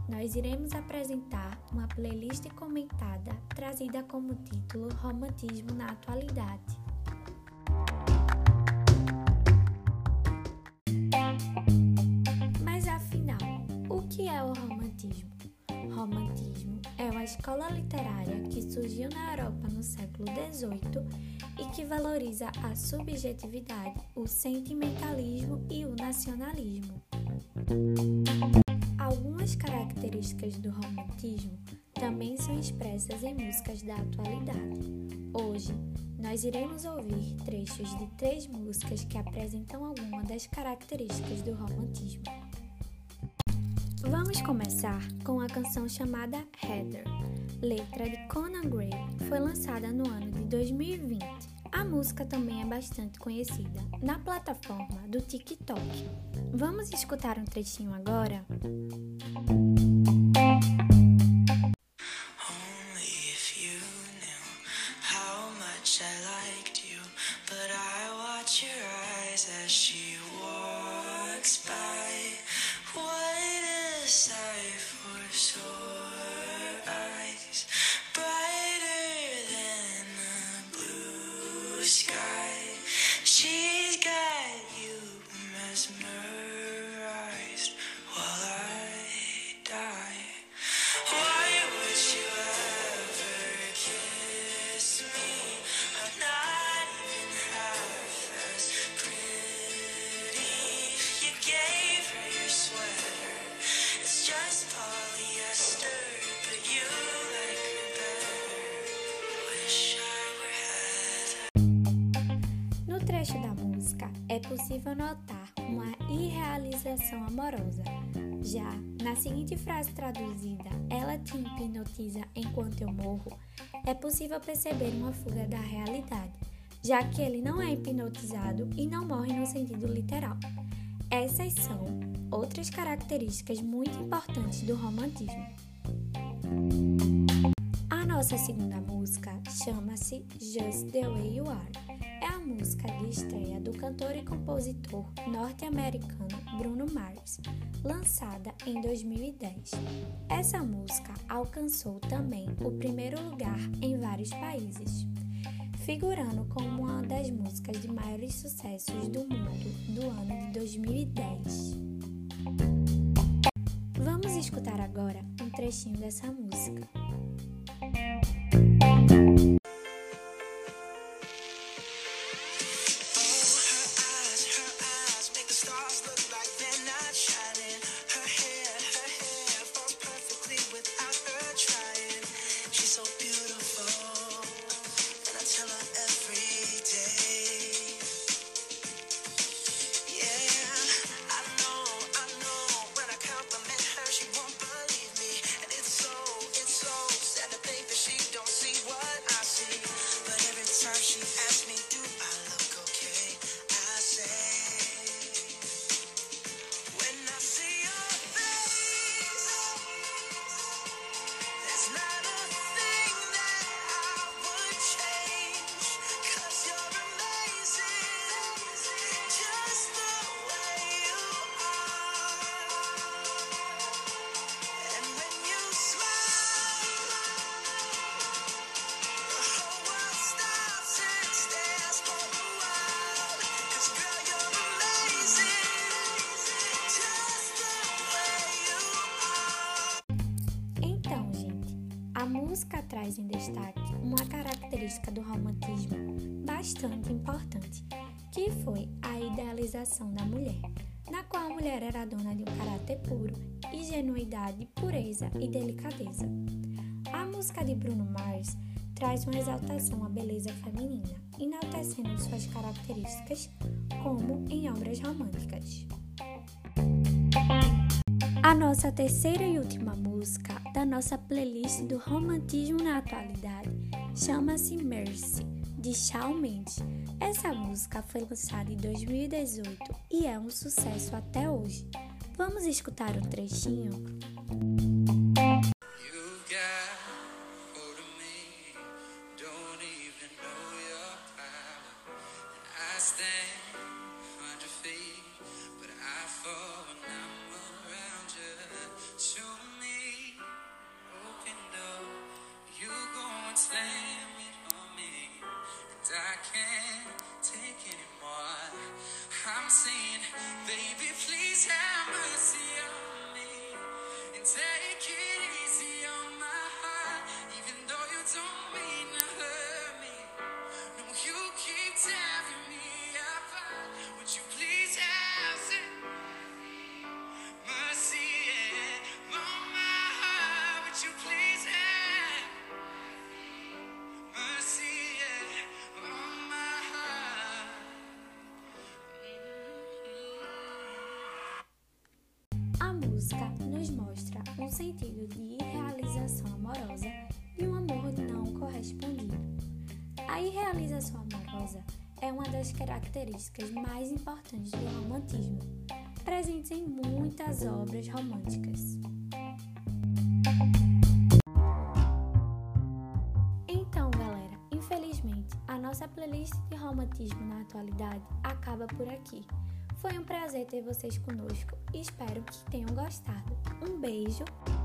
nós iremos apresentar uma playlist comentada trazida como título Romantismo na Atualidade. Mas afinal, o que é o romantismo? Romantismo é uma escola literária que surgiu na Europa no século XVIII e que valoriza a subjetividade, o sentimentalismo e o nacionalismo. Algumas características do romantismo também são expressas em músicas da atualidade. Hoje, nós iremos ouvir trechos de 3 músicas que apresentam algumas das características do romantismo. Vamos começar com a canção chamada Heather, letra de Conan Gray, foi lançada no ano de 2020. A música também é bastante conhecida na plataforma do TikTok. Vamos escutar um trechinho agora? She's got you mesmerized while I die. Why would you ever kiss me? I'm not even half as pretty. You gave her your sweater. It's just polyester, but you like her better. Wish I were Heather. No trecho da música, é possível notar uma irrealização amorosa. Já na seguinte frase traduzida, ela te hipnotiza enquanto eu morro, é possível perceber uma fuga da realidade, já que ele não é hipnotizado e não morre no sentido literal. Essas são outras características muito importantes do romantismo. A nossa segunda música chama-se Just the Way You Are. É a música de estreia do cantor e compositor norte-americano Bruno Mars, lançada em 2010. Essa música alcançou também o primeiro lugar em vários países, figurando como uma das músicas de maiores sucessos do mundo do ano de 2010. Vamos escutar agora um trechinho dessa música. A música traz em destaque uma característica do romantismo bastante importante, que foi a idealização da mulher, na qual a mulher era dona de um caráter puro, ingenuidade, pureza e delicadeza. A música de Bruno Mars traz uma exaltação à beleza feminina, enaltecendo suas características, como em obras românticas. A nossa terceira e última música da nossa playlist do Romantismo na Atualidade chama-se Mercy, de Shawn Mendes. Essa música foi lançada em 2018 e é um sucesso até hoje. Vamos escutar um trechinho? Show me I can't take anymore. I'm saying, baby, please have mercy on me and take it easy on my heart, even though you don't mean to hurt me. No, you keep tearing me apart. Would you please have mercy, yeah, on my heart? Would you please have mercy, yeah, on my heart? A música nos mostra um sentido de irrealização amorosa e um amor não correspondido. A irrealização amorosa é uma das características mais importantes do romantismo, presentes em muitas obras românticas. Então, galera, infelizmente, a nossa playlist de romantismo na atualidade acaba por aqui. Foi um prazer ter vocês conosco e espero que tenham gostado. Um beijo!